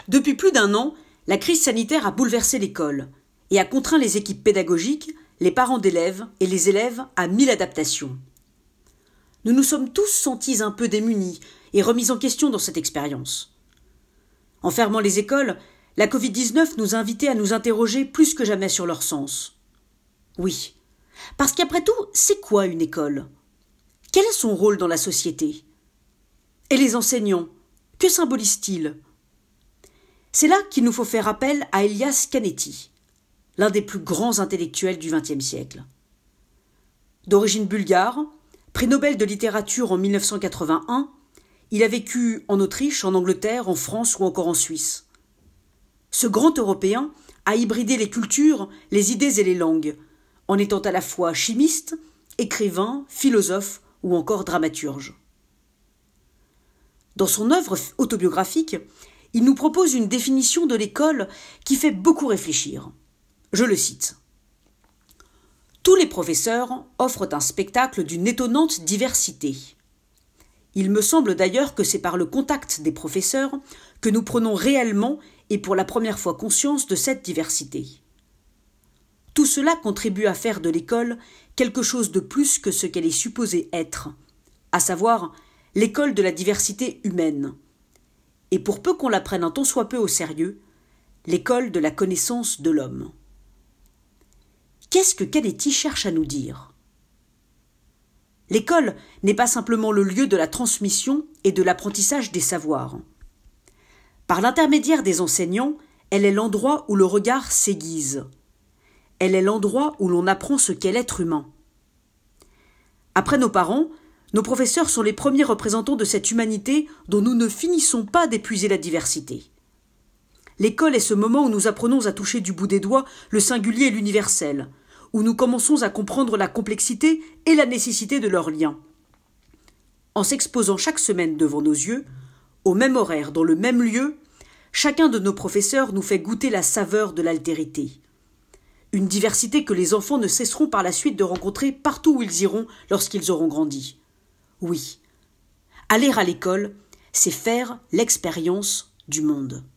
Depuis plus d'un an, la crise sanitaire a bouleversé l'école et a contraint les équipes pédagogiques, les parents d'élèves et les élèves à 1000 adaptations. Nous nous sommes tous sentis un peu démunis et remis en question dans cette expérience. En fermant les écoles, la Covid-19 nous a invités à nous interroger plus que jamais sur leur sens. Oui, parce qu'après tout, c'est quoi une école ? Quel est son rôle dans la société ? Et les enseignants, que symbolisent-ils ? C'est là qu'il nous faut faire appel à Elias Canetti, l'un des plus grands intellectuels du XXe siècle. D'origine bulgare, prix Nobel de littérature en 1981, il a vécu en Autriche, en Angleterre, en France ou encore en Suisse. Ce grand Européen a hybridé les cultures, les idées et les langues, en étant à la fois chimiste, écrivain, philosophe ou encore dramaturge. Dans son œuvre autobiographique, il nous propose une définition de l'école qui fait beaucoup réfléchir. Je le cite. « Tous les professeurs offrent un spectacle d'une étonnante diversité. Il me semble d'ailleurs que c'est par le contact des professeurs que nous prenons réellement et pour la première fois conscience de cette diversité. Tout cela contribue à faire de l'école quelque chose de plus que ce qu'elle est supposée être, à savoir l'école de la diversité humaine. Et pour peu qu'on la prenne un tant soit peu au sérieux, l'école de la connaissance de l'homme. » Qu'est-ce que Canetti cherche à nous dire ? L'école n'est pas simplement le lieu de la transmission et de l'apprentissage des savoirs. Par l'intermédiaire des enseignants, elle est l'endroit où le regard s'aiguise. Elle est l'endroit où l'on apprend ce qu'est l'être humain. Après nos parents, nos professeurs sont les premiers représentants de cette humanité dont nous ne finissons pas d'épuiser la diversité. L'école est ce moment où nous apprenons à toucher du bout des doigts le singulier et l'universel, où nous commençons à comprendre la complexité et la nécessité de leurs liens. En s'exposant chaque semaine devant nos yeux, au même horaire, dans le même lieu, chacun de nos professeurs nous fait goûter la saveur de l'altérité. Une diversité que les enfants ne cesseront par la suite de rencontrer partout où ils iront lorsqu'ils auront grandi. Oui, aller à l'école, c'est faire l'expérience du monde.